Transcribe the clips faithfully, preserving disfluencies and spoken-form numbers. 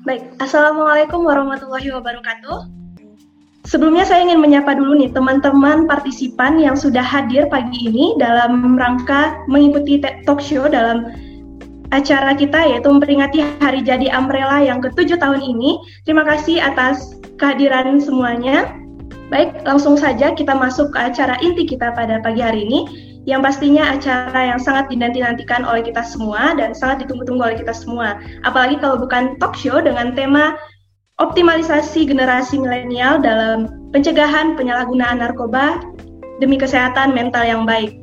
Baik, Assalamualaikum warahmatullahi wabarakatuh. Sebelumnya saya ingin menyapa dulu nih teman-teman partisipan yang sudah hadir pagi ini dalam rangka mengikuti talk show dalam acara kita, yaitu memperingati Hari Jadi Umbrella yang ketujuh tahun ini. Terima kasih atas kehadiran semuanya. Baik, langsung saja kita masuk ke acara inti kita pada pagi hari ini, yang pastinya acara yang sangat dinanti-nantikan oleh kita semua dan sangat ditunggu-tunggu oleh kita semua. Apalagi kalau bukan talk show dengan tema optimalisasi generasi milenial dalam pencegahan penyalahgunaan narkoba demi kesehatan mental yang baik.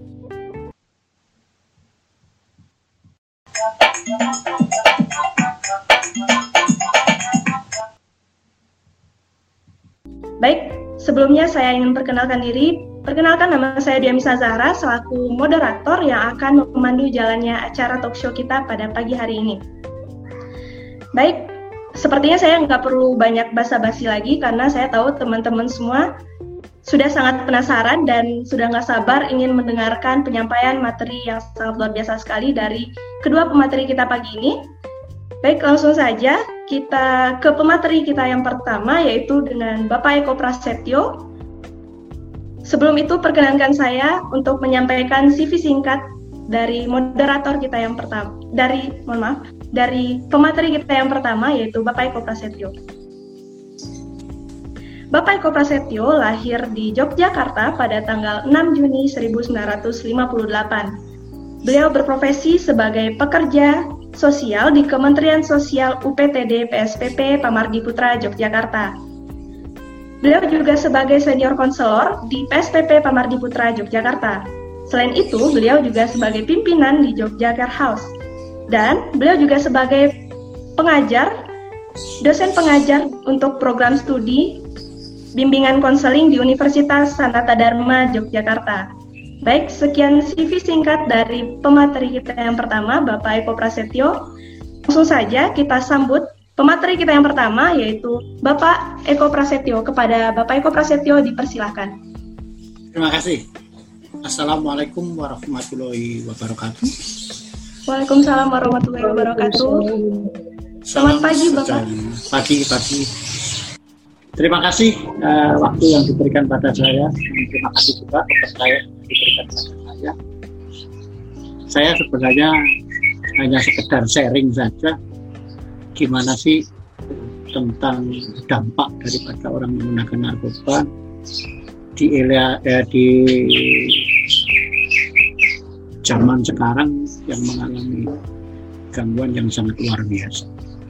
Baik, sebelumnya saya ingin perkenalkan diri. Perkenalkan, nama saya Diamisa Zahra selaku moderator yang akan memandu jalannya acara talk show kita pada pagi hari ini. Baik, sepertinya saya nggak perlu banyak basa-basi lagi karena saya tahu teman-teman semua sudah sangat penasaran dan sudah nggak sabar ingin mendengarkan penyampaian materi yang sangat luar biasa sekali dari kedua pemateri kita pagi ini. Baik, langsung saja kita ke pemateri kita yang pertama, yaitu dengan Bapak Eko Prasetyo. Sebelum itu, perkenankan saya untuk menyampaikan C V singkat dari moderator kita yang pertama, dari, mohon maaf, dari pemateri kita yang pertama, yaitu Bapak Eko Prasetyo. Bapak Eko Prasetyo lahir di Yogyakarta pada tanggal enam Juni seribu sembilan ratus lima puluh delapan. Beliau berprofesi sebagai pekerja sosial di Kementerian Sosial U P T D P S P P Pamardiputra, Yogyakarta. Beliau juga sebagai senior konselor di P S P P Pamardiputra, Yogyakarta. Selain itu, beliau juga sebagai pimpinan di Yogyakarta House. Dan beliau juga sebagai pengajar, dosen pengajar untuk program studi bimbingan konseling di Universitas Sanata Dharma, Yogyakarta. Baik, sekian C V singkat dari pemateri kita yang pertama, Bapak Eko Prasetyo. Langsung saja kita sambut pemateri kita yang pertama, yaitu Bapak Eko Prasetyo. Kepada Bapak Eko Prasetyo dipersilahkan. Terima kasih. Assalamualaikum warahmatullahi wabarakatuh. Waalaikumsalam warahmatullahi wabarakatuh. Selamat pagi, Bapak. Pagi, pagi. Terima kasih uh, waktu yang diberikan pada saya. Terima kasih juga kepercayaan yang diberikan pada saya. Saya sebenarnya hanya sekedar sharing saja gimana sih tentang dampak daripada orang menggunakan narkoba di era eh, di zaman sekarang yang mengalami gangguan yang sangat luar biasa.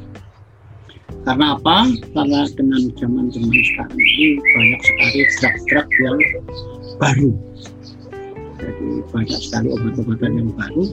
Karena apa? Karena dengan zaman-zaman sekarang ini banyak sekali drug-drug yang baru. Jadi banyak sekali obat-obatan yang baru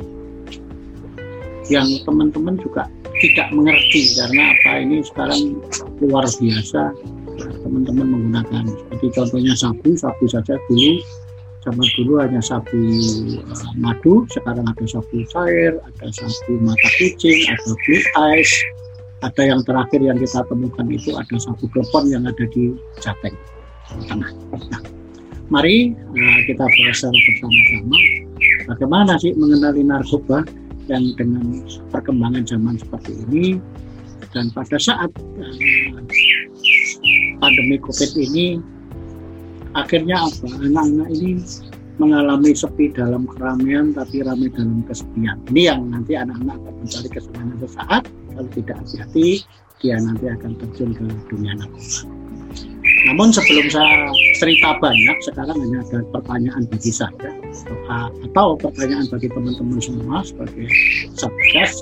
yang teman-teman juga tidak mengerti karena apa ini sekarang luar biasa teman-teman menggunakan. Seperti contohnya sabu, sabu saja dulu zaman dulu hanya sabu uh, madu, sekarang ada sabu cair, ada sabu mata kucing, ada blue ice. Ada yang terakhir yang kita temukan itu ada sabu klepon yang ada di Jateng Tengah. Nah, mari uh, kita bahas secara bersama-sama bagaimana sih mengenali narkoba dan dengan perkembangan zaman seperti ini. Dan pada saat uh, pandemi COVID ini akhirnya apa? Anak-anak ini mengalami sepi dalam keramaian tapi ramai dalam kesepian. Ini yang nanti anak-anak akan mencari kesenangan sesaat. Kalau tidak hati-hati, dia nanti akan terjun ke dunia narkoba. Namun sebelum saya cerita banyak, sekarang hanya ada pertanyaan bagi saya atau pertanyaan bagi teman-teman semua sebagai satgas.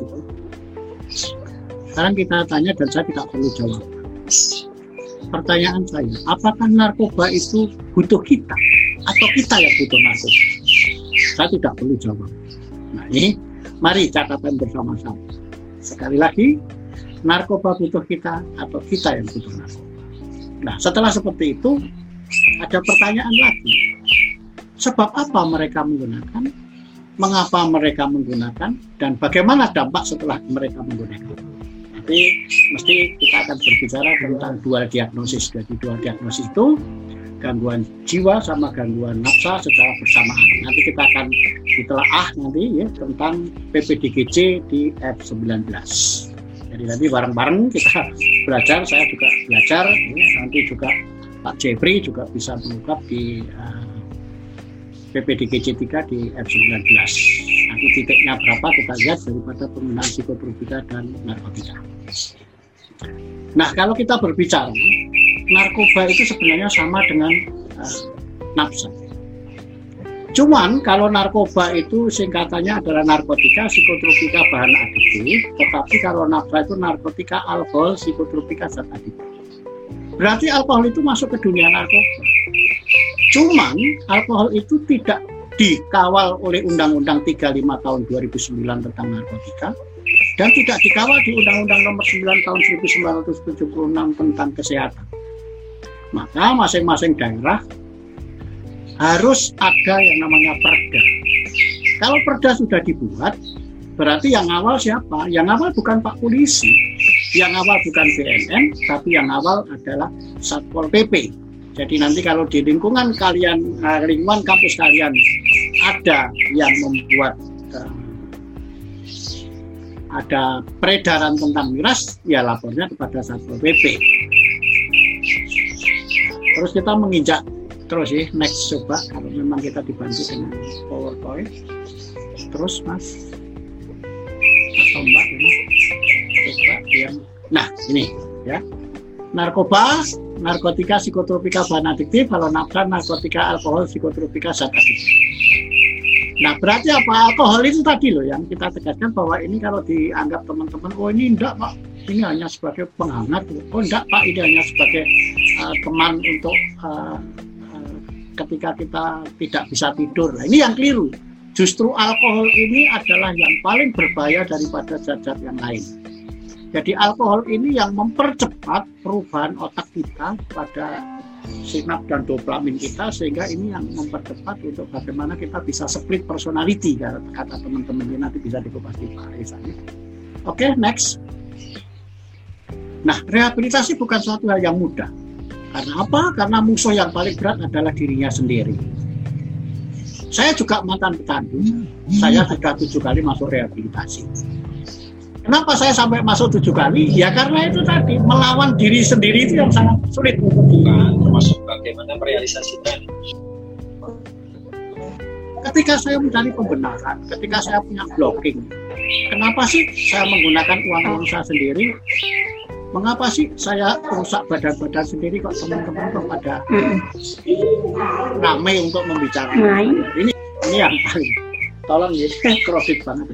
Sekarang kita tanya dan saya tidak perlu jawab. Pertanyaan saya, apakah narkoba itu butuh kita atau kita yang butuh narkoba? Saya tidak perlu jawab. Nah ini, mari catatan bersama-sama. Sekali lagi, narkoba butuh kita atau kita yang butuh narkoba. Nah, setelah seperti itu, ada pertanyaan lagi. Sebab apa mereka menggunakan? Mengapa mereka menggunakan? Dan bagaimana dampak setelah mereka menggunakan? Nanti mesti kita akan berbicara tentang dual diagnosis. Jadi dual diagnosis itu gangguan jiwa sama gangguan nafsa secara bersamaan. Nanti kita akan ditelaah nanti ya tentang P P D G C di F sembilan belas. Jadi nanti bareng-bareng kita belajar, saya juga belajar, ya, nanti juga Pak Jeffrey juga bisa mengungkap di uh, P P D G C tiga di F sembilan belas. Nanti titiknya berapa kita lihat daripada penggunaan psikotropika dan narkotika. Nah, kalau kita berbicara, narkoba itu sebenarnya sama dengan uh, nafsa. Cuman kalau narkoba itu singkatannya adalah narkotika, psikotropika, bahan adiktif. Tetapi kalau nafsa itu narkotika, alkohol, psikotropika, zat adiktif. Berarti alkohol itu masuk ke dunia narkoba. Cuman alkohol itu tidak dikawal oleh Undang-Undang tiga puluh lima tahun dua ribu sembilan tentang narkotika dan tidak dikawal di Undang-Undang nomor sembilan tahun seribu sembilan ratus tujuh puluh enam tentang kesehatan. Maka masing-masing daerah harus ada yang namanya perda. Kalau perda sudah dibuat, berarti yang awal siapa? Yang awal bukan Pak Polisi, yang awal bukan B N N, tapi yang awal adalah Satpol P P. Jadi nanti kalau di lingkungan kalian, lingkungan kampus kalian ada yang membuat uh, ada peredaran tentang miras, ya lapornya kepada Satpol P P. Terus kita menginjak terus ya, next coba kalau memang kita dibantu dengan PowerPoint. Terus Mas atau Mbak ini coba yang, nah ini ya, narkoba, narkotika, psikotropika, bahan adiktif. Kalau nafsa, narkotika, alkohol, psikotropika, zat adiktif. Nah, berarti apa? Alkohol itu tadi loh yang kita tegaskan bahwa ini kalau dianggap teman-teman, oh ini enggak Pak, ini hanya sebagai penghangat. Oh enggak Pak, ini hanya sebagai uh, teman untuk uh, uh, ketika kita tidak bisa tidur. Nah, ini yang keliru. Justru alkohol ini adalah yang paling berbahaya daripada zat-zat yang lain. Jadi alkohol ini yang mempercepat perubahan otak kita pada sinap dan dopamin kita, sehingga ini yang mempercepat untuk bagaimana kita bisa split personality, kata teman-teman ini nanti bisa dikupas di Pak Isani. Oke, next. Nah, rehabilitasi bukan suatu hal yang mudah. Karena apa? Karena musuh yang paling berat adalah dirinya sendiri. Saya juga mantan pecandu, saya sudah tujuh kali masuk rehabilitasi. Kenapa saya sampai masuk tujuh kali? Ya karena itu tadi, melawan diri sendiri itu yang sangat sulit untuk kita. Termasuk bagaimana merealisasikan. Ketika saya mencari pembenaran, ketika saya punya blocking, kenapa sih saya menggunakan uang saya sendiri? Mengapa sih saya rusak badan-badan sendiri kok teman-teman kok pada ramai untuk membicarakan? Ini ini yang paling tolong ya, kredit banget.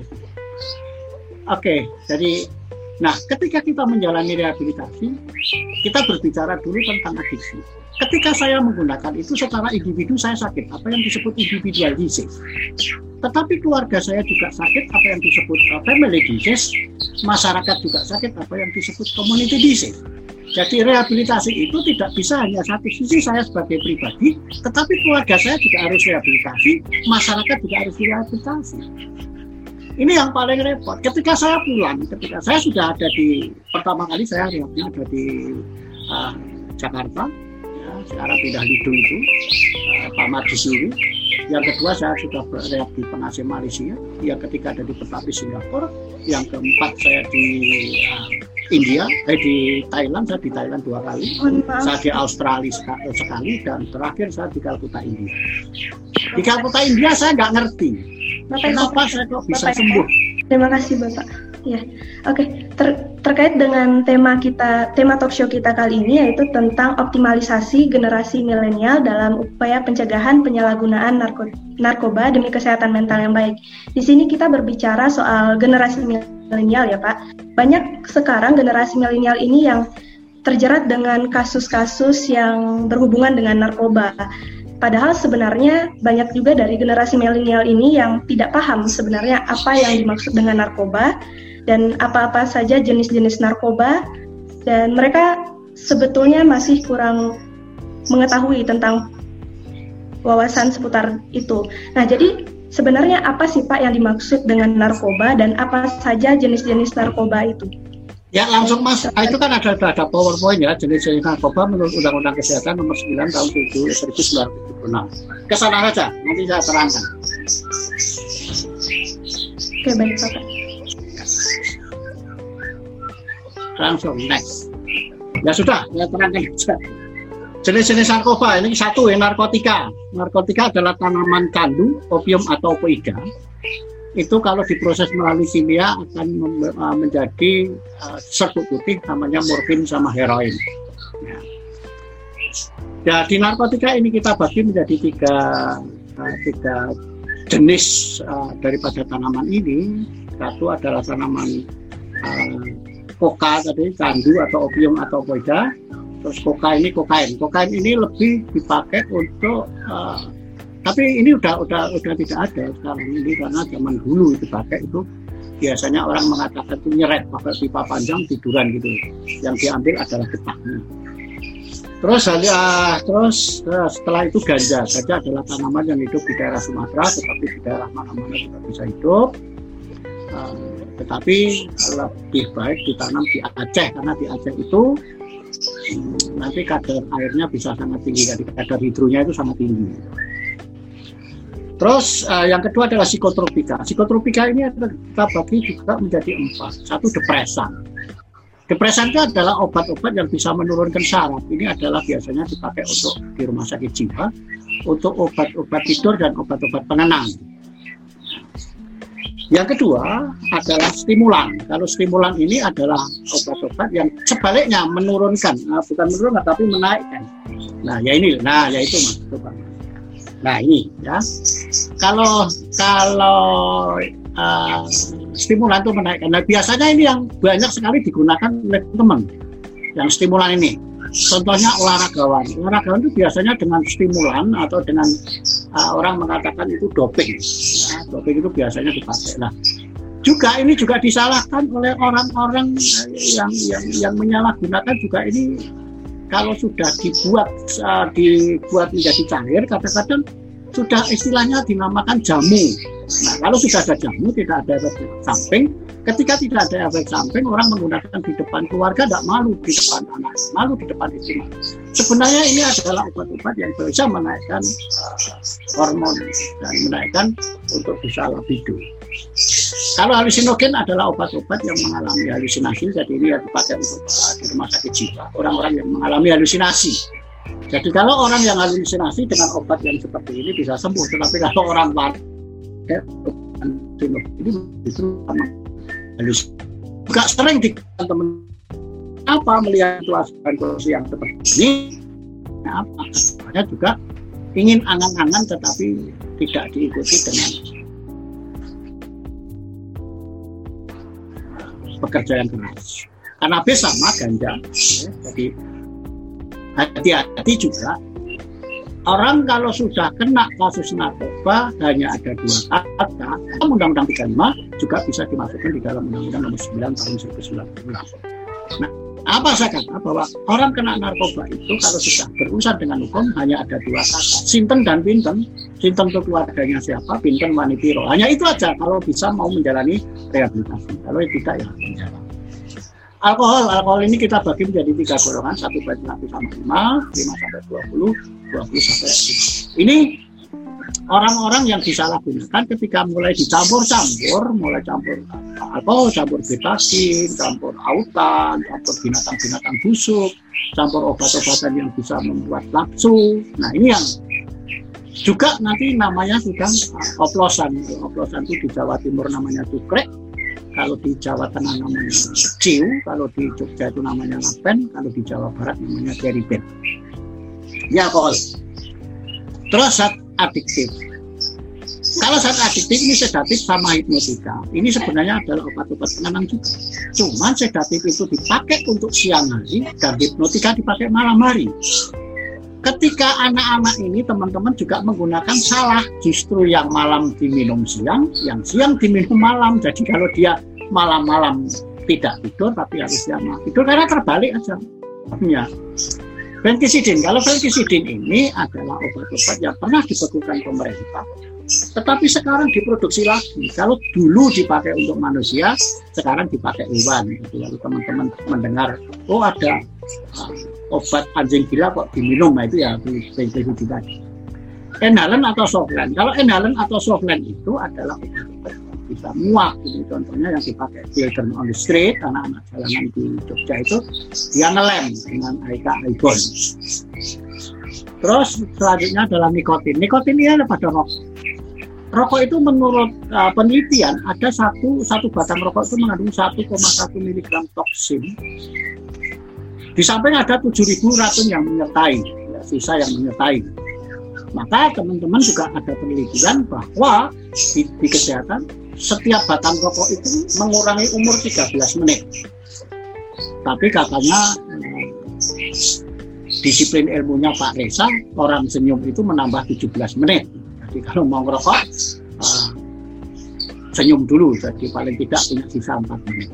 Oke, jadi, nah ketika kita menjalani rehabilitasi, kita berbicara dulu tentang adiksi. Ketika saya menggunakan itu secara individu saya sakit, apa yang disebut individual disease. Tetapi keluarga saya juga sakit, apa yang disebut family disease. Masyarakat juga sakit, apa yang disebut community disease. Jadi rehabilitasi itu tidak bisa hanya satu sisi saya sebagai pribadi, tetapi keluarga saya juga harus rehabilitasi, masyarakat juga harus rehabilitasi. Ini yang paling repot. Ketika saya pulang, ketika saya sudah ada di, pertama kali saya rehabnya ada di uh, Jakarta, ya, sekarang pindah Lido itu, uh, Pak Majisiri. Yang kedua saya sudah berrehab di Pengasih Malaysia. Yang ketiga ada di Petapi Singapura. Yang keempat saya di uh, India, eh di Thailand, saya di Thailand dua kali. Saya di Australia sekali, dan terakhir saya di Kalkuta India. Di Kalkuta India saya nggak ngerti. Bapak, kenapa saya kok bisa Bapak, sembuh? Terima kasih Bapak. Ya, oke. Ter terkait dengan tema kita, tema talk show kita kali ini yaitu tentang optimalisasi generasi milenial dalam upaya pencegahan penyalahgunaan narko narkoba demi kesehatan mental yang baik. Di sini kita berbicara soal generasi milenial ya Pak. Banyak sekarang generasi milenial ini yang terjerat dengan kasus-kasus yang berhubungan dengan narkoba. Padahal sebenarnya banyak juga dari generasi milenial ini yang tidak paham sebenarnya apa yang dimaksud dengan narkoba dan apa-apa saja jenis-jenis narkoba, dan mereka sebetulnya masih kurang mengetahui tentang wawasan seputar itu. Nah, jadi sebenarnya apa sih Pak yang dimaksud dengan narkoba dan apa saja jenis-jenis narkoba itu? Ya langsung Mas, itu kan ada ada PowerPoint ya, jenis-jenis narkoba menurut Undang-Undang Kesehatan nomor sembilan tahun seribu sembilan ratus tujuh puluh enam. Kesana saja, nanti saya terangkan. Oke, baik Bapak. langsung next. Ya sudah, saya terangkan saja. Jenis-jenis narkoba ini satu ya, narkotika. Narkotika adalah tanaman candu, opium atau opoida. Itu kalau diproses melalui kimia akan menjadi uh, serbuk putih namanya morfin sama heroin. Ya. Ya, di narkotika ini kita bagi menjadi tiga, uh, tiga jenis uh, daripada tanaman ini. Satu adalah tanaman uh, koka tadi, candu atau opium atau opoida. Terus koka ini kokain. Kokain ini lebih dipakai untuk uh, tapi ini udah udah udah tidak ada sekarang ini karena zaman dulu itu pakai itu biasanya orang mengatakan itu nyeret pakai pipa panjang tiduran gitu. Yang diambil adalah getahnya. Terus uh, terus uh, setelah itu ganja. Ganja adalah tanaman yang hidup di daerah Sumatera, tetapi di daerah mana-mana juga bisa hidup. Uh, tetapi lebih baik ditanam di Aceh karena di Aceh itu hmm, nanti kadar airnya bisa sangat tinggi, jadi kadar hidronya itu sangat tinggi. Terus uh, yang kedua adalah psikotropika. Psikotropika ini kita bagi juga menjadi empat. Satu depresan. Depresan itu adalah obat-obat yang bisa menurunkan saraf. Ini adalah biasanya dipakai untuk di rumah sakit jiwa, untuk obat-obat tidur dan obat-obat penenang. Yang kedua adalah stimulan. Kalau stimulan ini adalah obat-obat yang sebaliknya menurunkan, nah, bukan menurunkan tapi menaikkan. Nah, ya ini, nah ya itu mas. Nah ini ya. Kalau kalau uh, stimulan itu menaikkan. Nah biasanya ini yang banyak sekali digunakan oleh teman. Yang stimulan ini. Contohnya olahragawan. Olahragawan itu biasanya dengan stimulan atau dengan uh, orang mengatakan itu doping. Ya, doping itu biasanya dipakai. Nah, juga ini juga disalahkan oleh orang-orang yang yang yang menyalahgunakan juga ini. Kalau sudah dibuat uh, dibuat menjadi cair, kadang-kadang sudah istilahnya dinamakan jamu. Nah, kalau sudah ada jamu, tidak ada efek samping. Ketika tidak ada efek samping, orang menggunakan di depan keluarga, tidak malu di depan anak, malu di depan istri. Sebenarnya ini adalah obat-obat yang bisa menaikkan uh, hormon dan menaikkan untuk bisa libido. Kalau halusinogen adalah obat-obat yang mengalami halusinasi, jadi ini yang dipakai untuk uh, di rumah sakit jiwa, orang-orang yang mengalami halusinasi. Jadi kalau orang yang halusinasi dengan obat yang seperti ini bisa sembuh, tetapi kalau orang pakai ini justru halusinasi. Juga sering di teman apa melihat situasi yang seperti ini, apa sebenarnya juga ingin angan-angan tetapi tidak diikuti dengan pekerjaan keras. Kanabis sama ganja, ya. Jadi hati-hati juga. Orang kalau sudah kena kasus narkoba hanya ada dua kata. Undang-Undang tiga puluh lima juga bisa dimasukkan di dalam Undang-Undang Nomor sembilan Tahun seribu sembilan ratus sembilan puluh enam. Nah, apa saya kata bahwa orang kena narkoba itu kalau sudah berurusan dengan hukum hanya ada dua kata, sinten dan pinten. Sinten itu keluarganya siapa, pinten wanitiro. Hanya itu aja kalau bisa mau menjalani rehabilitasi. Kalau tidak ya penjara. Alkohol, alkohol ini kita bagi menjadi tiga golongan, satu banding satu sama lima, lima sampai dua puluh, dua puluh sampai lima. Ini orang-orang yang disalahgunakan ketika mulai dicampur-campur, mulai campur alkohol, campur betasin, campur autan, campur binatang-binatang busuk, campur obat-obatan yang bisa membuat nafsu. Nah ini yang juga nanti namanya sudah oplosan. Oplosan itu di Jawa Timur namanya cukrek. Kalau di Jawa Tengah namanya ciu, kalau di Jogja itu namanya lapen, kalau di Jawa Barat namanya keriben. Ya alkohol. Terus zat adiktif. Kalau zat adiktif ini sedatif sama hipnotika. Ini sebenarnya adalah obat-obat penenang juga. Cuman sedatif itu dipakai untuk siang hari dan hipnotika dipakai malam hari. Ketika anak-anak ini teman-teman juga menggunakan salah, justru yang malam diminum siang, yang siang diminum malam. Jadi kalau dia malam-malam tidak tidur tapi harus siang tidur karena terbalik aja. Ya. Fenkisidin, kalau fenkisidin ini adalah obat-obat yang pernah dibekukan pemerintah, tetapi sekarang diproduksi lagi. Kalau dulu dipakai untuk manusia, sekarang dipakai hewan. Lalu teman-teman mendengar, oh ada uh, obat anjing gila kok diminum, nah itu ya fenkisidin tadi. Enhalen atau softland. Kalau enhalen atau softland itu adalah obat-obat bisa muak. Ini contohnya yang dipakai Children on the Street, anak-anak jalanan di Jogja itu dia ngelem dengan Aika Aibon. Terus selanjutnya adalah nikotin. Nikotin ini ada pada rokok. Rokok itu menurut uh, penelitian ada satu satu batang rokok itu mengandung satu koma satu miligram toksin. Di samping ada tujuh ribu racun yang menyertai, ya, sisa yang menyertai. Maka teman-teman juga ada penelitian bahwa di, di kesehatan setiap batang rokok itu mengurangi umur tiga belas menit. Tapi katanya eh, disiplin ilmunya Pak Reza, orang senyum itu menambah tujuh belas menit. Jadi kalau mau ngerokok eh, senyum dulu, jadi paling tidak punya sisa empat menit.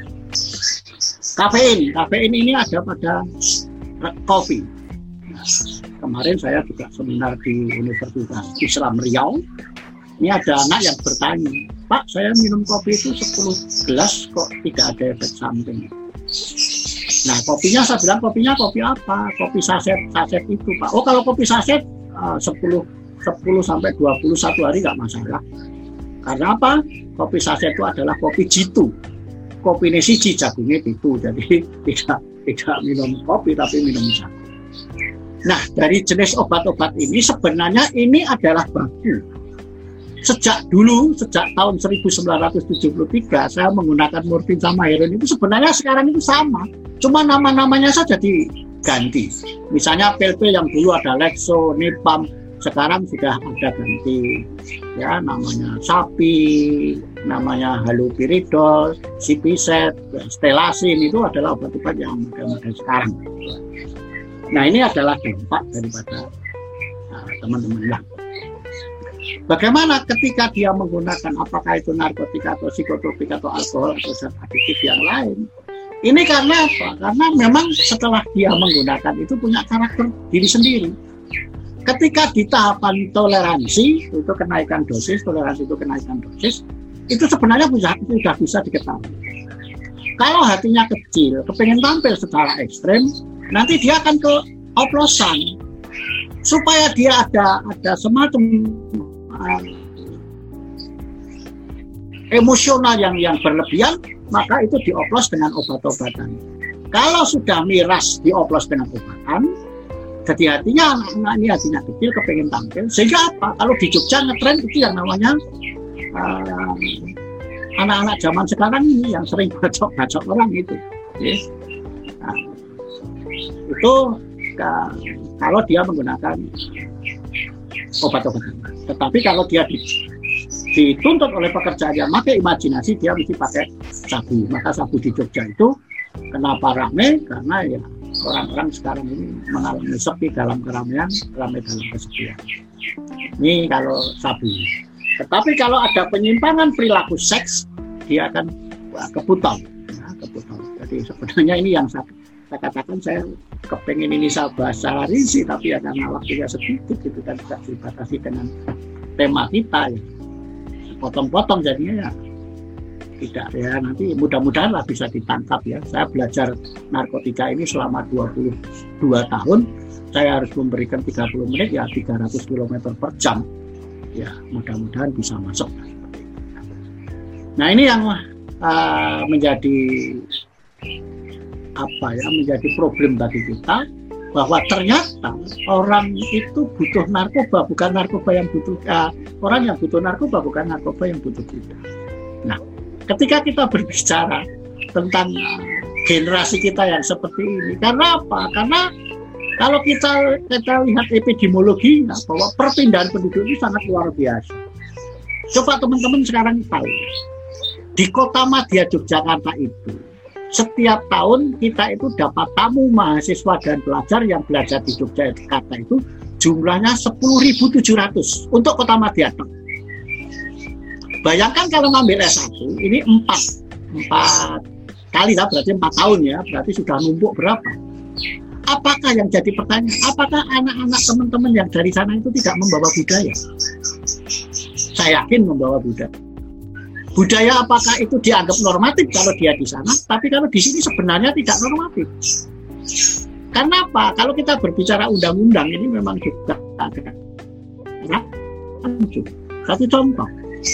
Kafein, kafein ini ada pada kopi. Nah, kemarin saya juga seminar di Universitas Islam Riau. Ini ada anak yang bertanya, Pak, saya minum kopi itu sepuluh gelas kok tidak ada efek samping. Nah, kopinya saya bilang kopinya kopi apa? Kopi saset, saset itu Pak. Oh, kalau kopi saset uh, sepuluh sampai dua puluh satu hari nggak masalah. Karena apa? Kopi saset itu adalah kopi jitu. Kopi ini siji jagungnya itu, jadi tidak tidak minum kopi tapi minum jagung. Nah, dari jenis obat-obat ini sebenarnya ini adalah baku. Sejak dulu, sejak tahun seribu sembilan ratus tujuh puluh tiga saya menggunakan morfin sama heroin itu sebenarnya sekarang itu sama, cuma nama-namanya saja diganti. Misalnya pil-pil yang dulu ada Lexo, Nipam, sekarang sudah ada ganti, ya namanya Sapi, namanya Haloperidol, Sipiset, Stelasin, itu adalah obat-obat yang modern sekarang. Nah, ini adalah dampak daripada nah, teman-teman lah. Bagaimana ketika dia menggunakan apakah itu narkotika atau psikotropik atau alkohol atau zat adiktif yang lain? Ini karena apa? Karena memang setelah dia menggunakan itu punya karakter diri sendiri. Ketika di tahapan toleransi, itu kenaikan dosis, toleransi itu kenaikan dosis, itu sebenarnya sudah, sudah bisa diketahui. Kalau hatinya kecil, kepengen tampil secara ekstrem, nanti dia akan ke oplosan. Supaya dia ada ada semacam uh, emosional yang yang berlebihan, maka itu dioplos dengan obat-obatan. Kalau sudah miras, dioplos dengan obatan. Jadi hatinya anak-anak ini hatinya kecil, kepengen tampil. Sehingga apa? Kalau di Jogja ngetren itu yang namanya uh, anak-anak zaman sekarang ini yang sering bacok-bacok orang itu. Yes. Nah, itu uh, kalau dia menggunakan obat-obatan. Tetapi kalau dia di, dituntut oleh pekerjaan yang pakai imajinasi, dia mesti pakai sabu. Maka sabu di Jogja itu kenapa ramai? Karena ya orang-orang sekarang ini mengalami sepi dalam keramaian, ramai dalam kesepian. Ini kalau sabu. Tetapi kalau ada penyimpangan perilaku seks, dia akan wah, keputol, ya, keputol. Jadi sebenarnya ini yang saya, saya katakan, saya kepengen ini saya bahasa rinci, tapi ya karena waktunya sedikit, itu kan tidak dibatasi dengan tema kita. Ya. Potong-potong jadinya ya. Tidak ya, nanti mudah-mudahan lah bisa ditangkap ya. Saya belajar narkotika ini selama dua puluh dua tahun, saya harus memberikan tiga puluh menit ya tiga ratus kilometer per jam. Ya, mudah-mudahan bisa masuk. Nah, ini yang uh, menjadi apa ya, menjadi problem bagi kita, bahwa ternyata orang itu butuh narkoba, bukan narkoba yang butuh uh, orang yang butuh narkoba bukan narkoba yang butuh kita. Nah, ketika kita berbicara tentang generasi kita yang seperti ini, karena apa? Karena kalau kita kita lihat epidemiologinya bahwa perpindahan penduduk itu sangat luar biasa. Coba teman-teman sekarang tahu, di Kota Madya Yogyakarta itu setiap tahun kita itu dapat tamu mahasiswa dan pelajar yang belajar di Yogyakarta itu jumlahnya sepuluh ribu tujuh ratus untuk Kota Madya. Bayangkan kalau ngambil S satu, ini empat, empat kali lah, berarti empat tahun ya, berarti sudah numpuk berapa? Apakah yang jadi pertanyaan, apakah anak-anak teman-teman yang dari sana itu tidak membawa budaya? Saya yakin membawa budaya. Budaya apakah itu dianggap normatif kalau dia di sana, tapi kalau di sini sebenarnya tidak normatif. Karena apa? Kalau kita berbicara undang-undang ini memang juga ada. Satu contoh.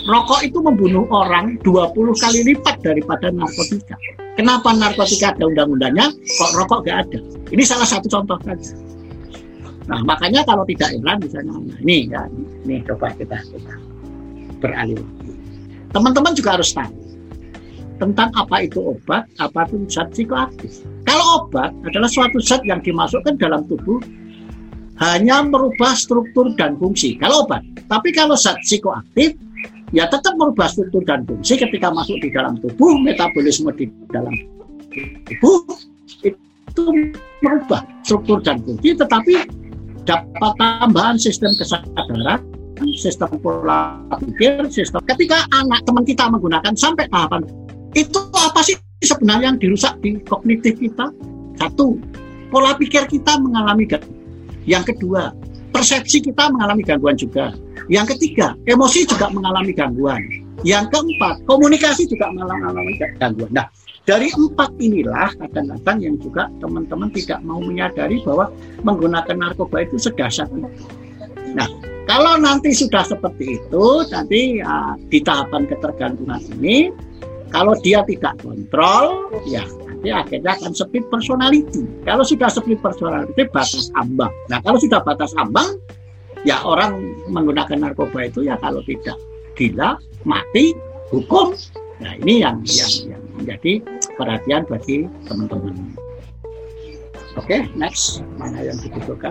rokok itu membunuh orang dua puluh kali lipat daripada narkotika. Kenapa narkotika ada undang-undangnya, kok rokok nggak ada? Ini salah satu contoh saja. Nah, makanya kalau tidak heran misalnya, nah ini ya, ini coba kita, kita beralih. Teman-teman juga harus tahu tentang apa itu obat, apa itu zat psikoaktif. Kalau obat adalah suatu zat yang dimasukkan dalam tubuh hanya merubah struktur dan fungsi. Kalau obat, tapi kalau zat psikoaktif ya tetap merubah struktur dan fungsi ketika masuk di dalam tubuh, metabolisme di dalam tubuh itu merubah struktur dan fungsi, tetapi dapat tambahan sistem kesadaran, sistem pola pikir, sistem. Ketika anak teman kita menggunakan sampai tahapan itu, apa sih sebenarnya yang dirusak di kognitif kita? Satu, pola pikir kita mengalami gangguan. Yang kedua, persepsi kita mengalami gangguan juga. Yang ketiga, emosi juga mengalami gangguan. Yang keempat, komunikasi juga mengalami gangguan. Nah, dari empat inilah kadang-kadang yang juga teman-teman tidak mau menyadari bahwa menggunakan narkoba itu sedahsyat itu. Nah, kalau nanti sudah seperti itu, nanti ya, di tahapan ketergantungan ini, kalau dia tidak kontrol, ya nanti akhirnya akan split personality. Kalau sudah split personality, batas ambang. Nah, kalau sudah batas ambang, ya orang menggunakan narkoba itu ya kalau tidak gila, mati, hukum. Nah, ini yang yang, yang menjadi perhatian bagi teman-teman. Oke, okay, next. Mana yang dibutuhkan?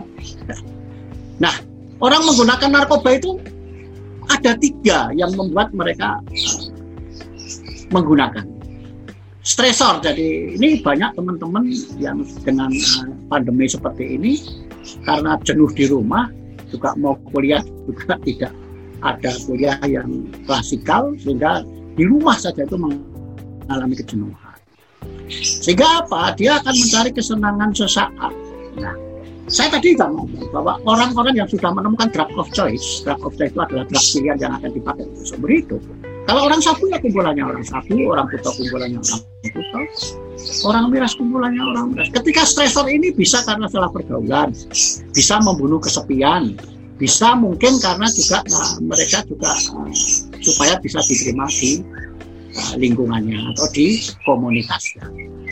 Nah, orang menggunakan narkoba itu ada tiga yang membuat mereka uh, menggunakan. Stresor. Jadi ini banyak teman-teman yang dengan uh, pandemi seperti ini karena jenuh di rumah, juga mau kuliah juga tidak ada kuliah yang klasikal, sehingga di rumah saja itu mengalami kejenuhan. Sehingga apa? Dia akan mencari kesenangan sesaat. Nah, saya tadi sudah ngomong bahwa orang-orang yang sudah menemukan drug of choice, drug of choice itu adalah drug pilihan yang akan dipakai untuk seumur hidup. Kalau orang sabu ya kumpulannya orang sabu, orang puto kumpulannya orang puto, orang miras kumpulannya orang miras. Ketika stresor ini bisa karena salah pergaulan, bisa membunuh kesepian, bisa mungkin karena juga nah, mereka juga uh, supaya bisa diterima di uh, lingkungannya atau di komunitasnya.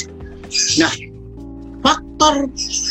Nah, faktor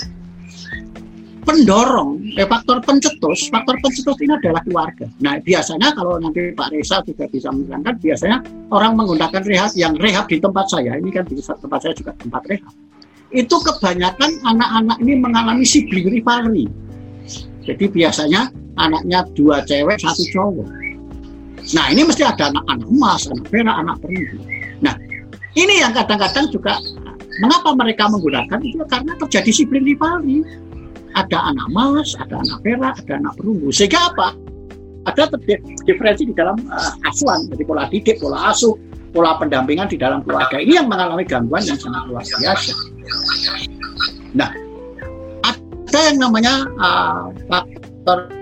pendorong, eh, faktor pencetus, faktor pencetus ini adalah keluarga. Nah, biasanya kalau nanti Pak Reza juga bisa menerangkan, biasanya orang menggunakan rehab, yang rehab di tempat saya, ini kan di tempat saya juga tempat rehab, itu kebanyakan anak-anak ini mengalami sibling rivalry. Jadi biasanya anaknya dua cewek, satu cowok. Nah, ini mesti ada anak-anak emas, anak perak, anak perunggu. Nah, ini yang kadang-kadang juga, mengapa mereka menggunakan itu karena terjadi sibling rivalry. Ada anak emas, ada anak perak, ada anak perunggu. Sehingga apa? Ada diferensi di dalam uh, asuhan, jadi pola didik, pola asuh, pola pendampingan di dalam keluarga. Ini yang mengalami gangguan yang sangat luar biasa. Nah, ada yang namanya uh, faktor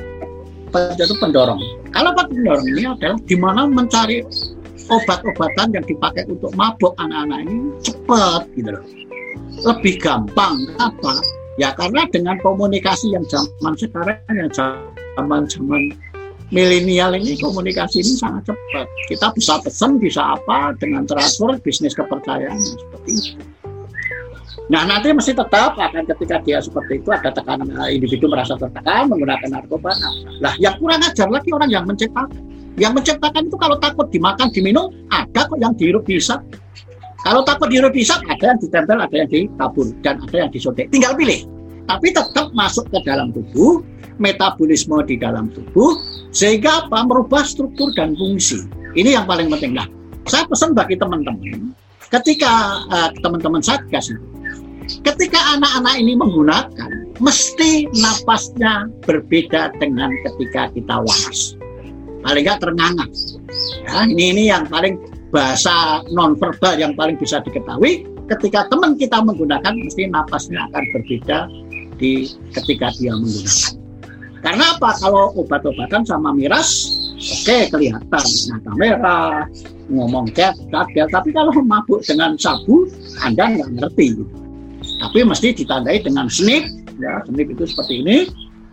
itu pendorong. Kalau faktor pendorong ini adalah di mana mencari obat-obatan yang dipakai untuk mabuk anak-anak ini cepat, gitu loh. Lebih gampang. Apa? Ya karena dengan komunikasi yang zaman sekarang, yang zaman-zaman milenial ini, komunikasi ini sangat cepat. Kita bisa pesan, bisa apa, dengan transfer, bisnis kepercayaan, seperti itu. Nah, nanti mesti tetap akan ketika dia seperti itu, ada tekanan, individu merasa tertekan, menggunakan narkoba. Nah, yang kurang ajar lagi orang yang menciptakan. Yang menciptakan itu kalau takut dimakan, diminum, ada kok yang dihirup dihisap. Kalau takut dihirup dihisap, ada yang ditempel, ada yang ditabur, dan ada yang disodek. Tinggal pilih. Tapi tetap masuk ke dalam tubuh, metabolisme di dalam tubuh, sehingga apa? Merubah struktur dan fungsi. Ini yang paling penting. Nah, saya pesan bagi teman-teman, ketika uh, teman-teman Satgas, ketika anak-anak ini menggunakan, mesti napasnya berbeda dengan ketika kita waras. Paling nggak terengah-engah. Ya, ini ini yang paling bahasa nonverbal yang paling bisa diketahui. Ketika teman kita menggunakan, mesti napasnya akan berbeda di ketika dia menggunakan. Karena apa? Kalau obat-obatan sama miras, oke okay, kelihatan mata merah, ngomong cat, kaget. Tapi kalau mabuk dengan sabu, Anda nggak ngerti. Gitu. Tapi mesti ditandai dengan snip, ya snip itu seperti ini.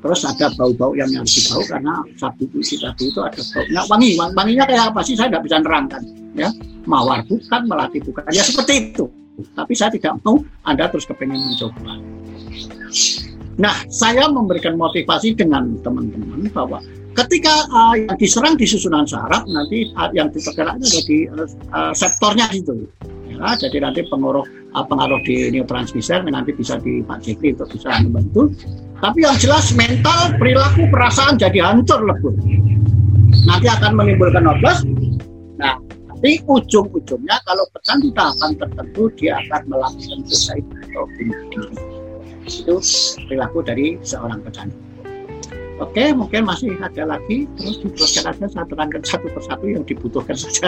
Terus ada bau-bau yang harus dibau karena sabu isi tadi itu ada baunya wangi. Wanginya kayak apa sih? Saya tidak bisa nerangkan. Ya, mawar bukan, melati bukan. Ya seperti itu. Tapi saya tidak mau Anda terus kepengen mencoba. Nah, saya memberikan motivasi dengan teman-teman bahwa ketika uh, yang diserang di susunan saraf, nanti uh, yang diperkirakan ada di uh, reseptornya itu. Ya, jadi nanti pengaruh uh, pengaruh di neurotransmitter nanti bisa di Pak Jeffrey untuk bisa membantu. Tapi yang jelas mental, perilaku, perasaan jadi hancur lebur. Nanti akan menimbulkan noblas. Nah, nanti ujung-ujungnya kalau pecandu tahapan tertentu dia akan melakukan suicide atau bunuh diri. Itu perilaku dari seorang pecandu. Oke, mungkin masih ada lagi. Terus diteruskan aja, saya terangkan satu persatu yang dibutuhkan saja.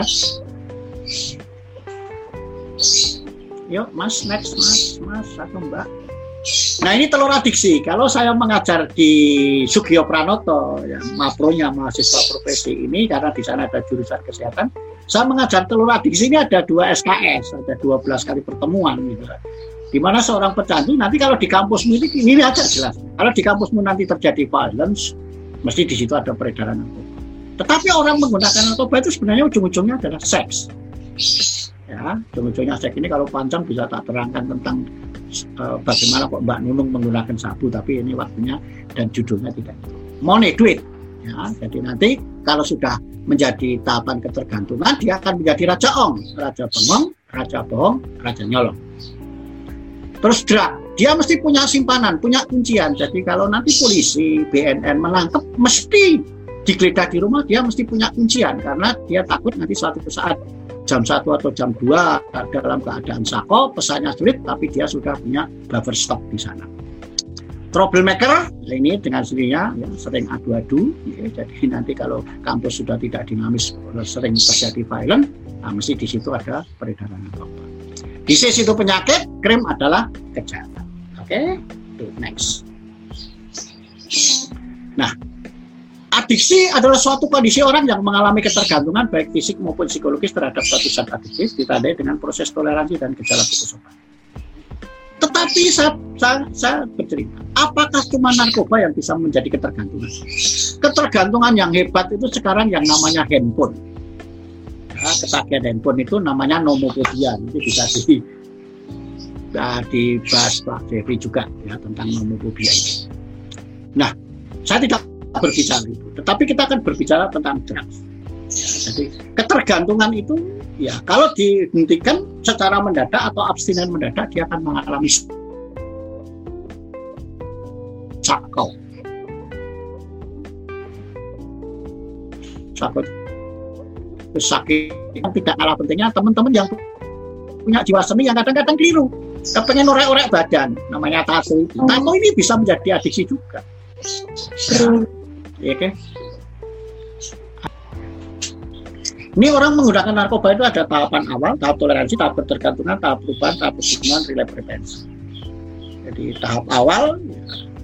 Yuk, Mas, next, Mas, Mas, atau Mbak. Nah, ini telur adiksi. Kalau saya mengajar di Sugio Pranoto, yang mapronya mahasiswa profesi ini, karena di sana ada jurusan kesehatan, saya mengajar telur adiksi ini ada dua S K S, ada dua belas kali pertemuan gitu. Di mana seorang pecandu nanti kalau di kampusmu ini, ini aja jelas. Kalau di kampusmu nanti terjadi violence, mesti di situ ada peredaran narkoba. Tetapi orang menggunakan narkoba itu sebenarnya ujung-ujungnya adalah seks. Ya, ujung-ujungnya seks ini kalau panjang bisa tak terangkan tentang Uh, bagaimana kok Mbak Nunung menggunakan sabu, tapi ini waktunya dan judulnya tidak. Money, duit. Ya, jadi nanti kalau sudah menjadi tahapan ketergantungan, dia akan menjadi raja ong, raja bengong, raja bohong, raja nyolong. Terus drug, dia mesti punya simpanan, punya kuncian. Jadi kalau nanti polisi, B N N menangkap, mesti digeledah di rumah, dia mesti punya kuncian karena dia takut nanti suatu saat jam satu atau jam dua dalam keadaan sako, pesannya sulit, tapi dia sudah punya buffer stock di sana. Troublemaker, ini dengan sendirinya ya, sering adu-adu, ya, jadi nanti kalau kampus sudah tidak dinamis, sering terjadi violent, nah, mesti di situ ada peredaran narkoba. Disease itu penyakit, krim adalah kejahatan. Oke, okay? Next. Nah, adiksi adalah suatu kondisi orang yang mengalami ketergantungan baik fisik maupun psikologis terhadap suatu zat adiktif ditandai dengan proses toleransi dan gejala putus obat. Tetapi saya, saya, saya bercerita, apakah cuma narkoba yang bisa menjadi ketergantungan? Ketergantungan yang hebat itu sekarang yang namanya handphone. Ya, ketagihan handphone itu namanya nomophobia. Itu bisa di, ya, dibahas Pak Jeffrey juga ya, tentang nomophobia itu. Nah, saya tidak berbicara itu, tetapi kita akan berbicara tentang drugs. Ya, jadi ketergantungan itu, ya kalau dihentikan secara mendadak atau abstinen mendadak, dia akan mengalami sakau. Sakau sakit yang tidak kalah pentingnya teman-teman yang punya jiwa seni yang kadang-kadang keliru, kepengen orek-orek badan, namanya tato. Tato ini bisa menjadi adiksi juga. Ya, oke. Ini orang menggunakan narkoba itu ada tahapan awal, tahap toleransi, tahap ketergantungan, tahap perubahan, tahap perlindungan, relapse prevention. Jadi tahap awal, ya,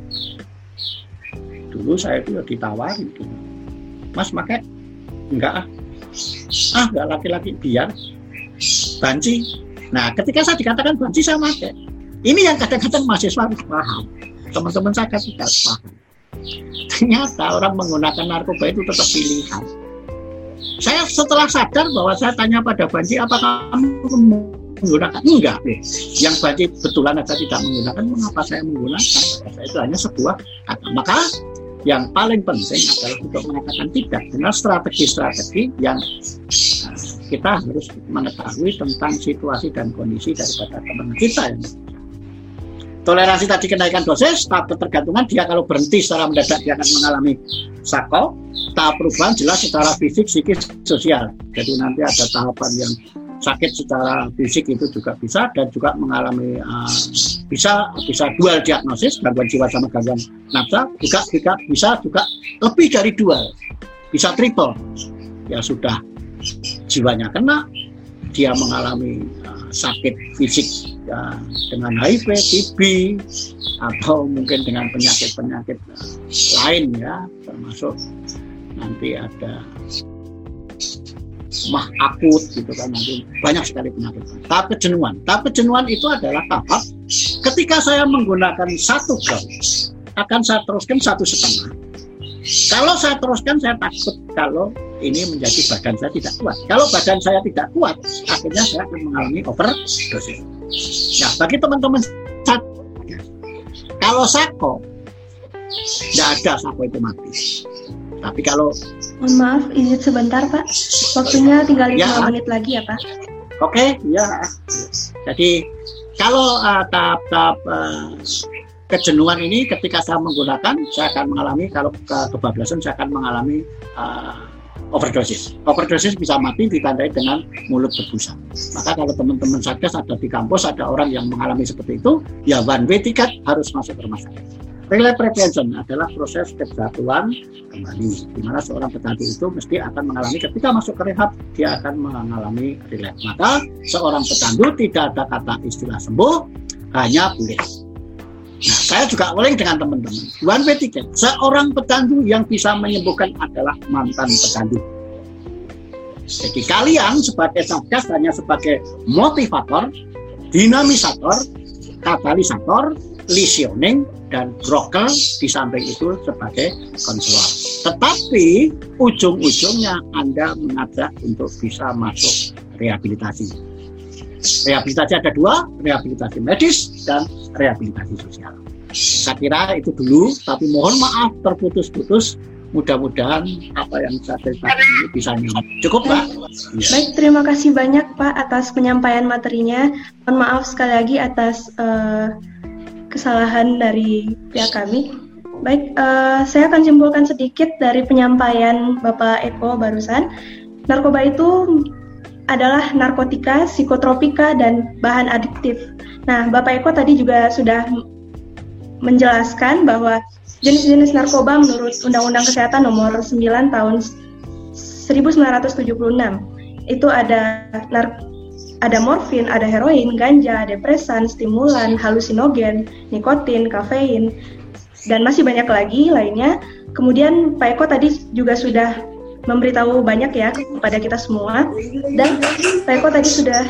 dulu saya itu ya ditawarin, gitu. Mas pakai? Enggak ah, ah enggak laki-laki biar banci. Nah, ketika saya dikatakan banci saya pakai. Ini yang kadang-kadang mahasiswa harus paham. Teman-teman saya kasih tidak paham. Ternyata orang menggunakan narkoba itu tetap pilihan. Saya setelah sadar bahwa saya tanya pada Banci, apakah kamu menggunakan? Enggak. Yang Banci betulan aja tidak menggunakan, mengapa saya menggunakan? Saya itu hanya sebuah kata. Maka yang paling penting adalah untuk mengatakan tidak dengan strategi-strategi yang kita harus mengetahui tentang situasi dan kondisi daripada teman kita yang toleransi tadi kenaikan dosis, tahap ketergantungan dia kalau berhenti secara mendadak dia akan mengalami sakau. Tahap perubahan jelas secara fisik, psikis, sosial. Jadi nanti ada tahapan yang sakit secara fisik itu juga bisa dan juga mengalami uh, bisa bisa dual diagnosis gangguan jiwa sama gangguan nafsa juga juga bisa juga lebih dari dual, bisa triple. Ya sudah jiwanya kena, dia mengalami uh, sakit fisik ya, dengan H I V, T B atau mungkin dengan penyakit-penyakit uh, lain ya, termasuk nanti ada mah akut gitu kan, nanti banyak sekali penyakit. Tahap kejenuhan, tahap kejenuhan itu adalah tahap ketika saya menggunakan satu gram akan saya teruskan satu setengah. Kalau saya teruskan, saya takut kalau ini menjadi badan saya tidak kuat. Kalau badan saya tidak kuat, akhirnya saya akan mengalami overdosis. Nah, bagi teman-teman, kalau sako, tidak ada sako itu mati. Tapi kalau mohon maaf, izin sebentar Pak. Waktunya tinggal lima ya, menit lagi ya Pak. Oke, ya. Jadi kalau uh, tahap-tahap uh, kejenuhan ini ketika saya menggunakan, saya akan mengalami, kalau ke kebablasan saya akan mengalami uh, overdosis. Overdosis bisa mati ditandai dengan mulut berbusa. Maka kalau teman-teman Satgas ada di kampus, ada orang yang mengalami seperti itu, ya one way ticket harus masuk ke rumah sakit. Relapse prevention adalah proses kesatuan kembali, di mana seorang pecandu itu mesti akan mengalami, ketika masuk ke rehab, dia akan mengalami relapse. Maka seorang pecandu tidak ada kata istilah sembuh, hanya pulih. Nah, saya juga ulang dengan teman-teman, one way ticket, seorang pecandu yang bisa menyembuhkan adalah mantan pecandu. Jadi kalian sebagai Satgas hanya sebagai motivator, dinamisator, katalisator, listening, dan broker, di samping itu sebagai konselor. Tetapi ujung-ujungnya Anda mengajak untuk bisa masuk rehabilitasi. Rehabilitasi ada dua, rehabilitasi medis dan rehabilitasi sosial. Saya kira itu dulu, tapi mohon maaf terputus-putus. Mudah-mudahan apa yang saya ceritakan ini bisa nyambung. Cukup, Pak? Ya. Baik, terima kasih banyak Pak atas penyampaian materinya. Mohon maaf sekali lagi atas uh, kesalahan dari pihak kami. Baik, uh, saya akan simpulkan sedikit dari penyampaian Bapak Eko barusan. Narkoba itu adalah narkotika, psikotropika, dan bahan adiktif. Nah, Bapak Eko tadi juga sudah menjelaskan bahwa jenis-jenis narkoba menurut Undang-Undang Kesehatan Nomor sembilan Tahun seribu sembilan ratus tujuh puluh enam itu ada nar- ada morfin, ada heroin, ganja, depresan, stimulan, halusinogen, nikotin, kafein, dan masih banyak lagi lainnya. Kemudian Pak Eko tadi juga sudah memberitahu banyak ya kepada kita semua, dan Pak Eko tadi sudah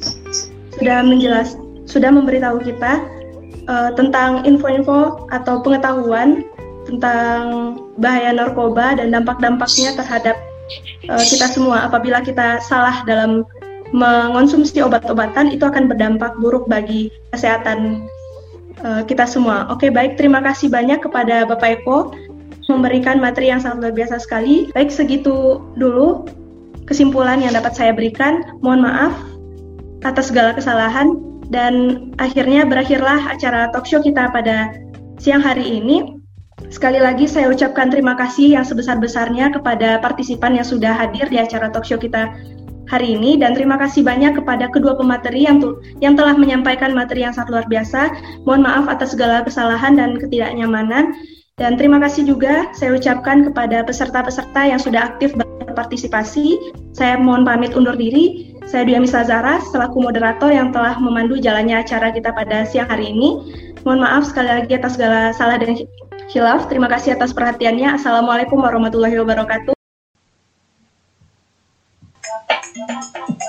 sudah menjelas sudah memberitahu kita Uh, tentang info-info atau pengetahuan tentang bahaya narkoba dan dampak-dampaknya terhadap uh, kita semua. Apabila kita salah dalam mengonsumsi obat-obatan, itu akan berdampak buruk bagi kesehatan uh, kita semua. Oke, baik, terima kasih banyak kepada Bapak Eko memberikan materi yang sangat luar biasa sekali. Baik, segitu dulu kesimpulan yang dapat saya berikan. Mohon maaf atas segala kesalahan. Dan akhirnya berakhirlah acara talkshow kita pada siang hari ini. Sekali lagi saya ucapkan terima kasih yang sebesar-besarnya kepada partisipan yang sudah hadir di acara talkshow kita hari ini. Dan terima kasih banyak kepada kedua pemateri yang, tu- yang telah menyampaikan materi yang sangat luar biasa. Mohon maaf atas segala kesalahan dan ketidaknyamanan. Dan terima kasih juga saya ucapkan kepada peserta-peserta yang sudah aktif berpartisipasi. Saya mohon pamit undur diri. Saya Dwi Amis Lazara selaku moderator yang telah memandu jalannya acara kita pada siang hari ini. Mohon maaf sekali lagi atas segala salah dan khilaf. Terima kasih atas perhatiannya. Assalamualaikum warahmatullahi wabarakatuh.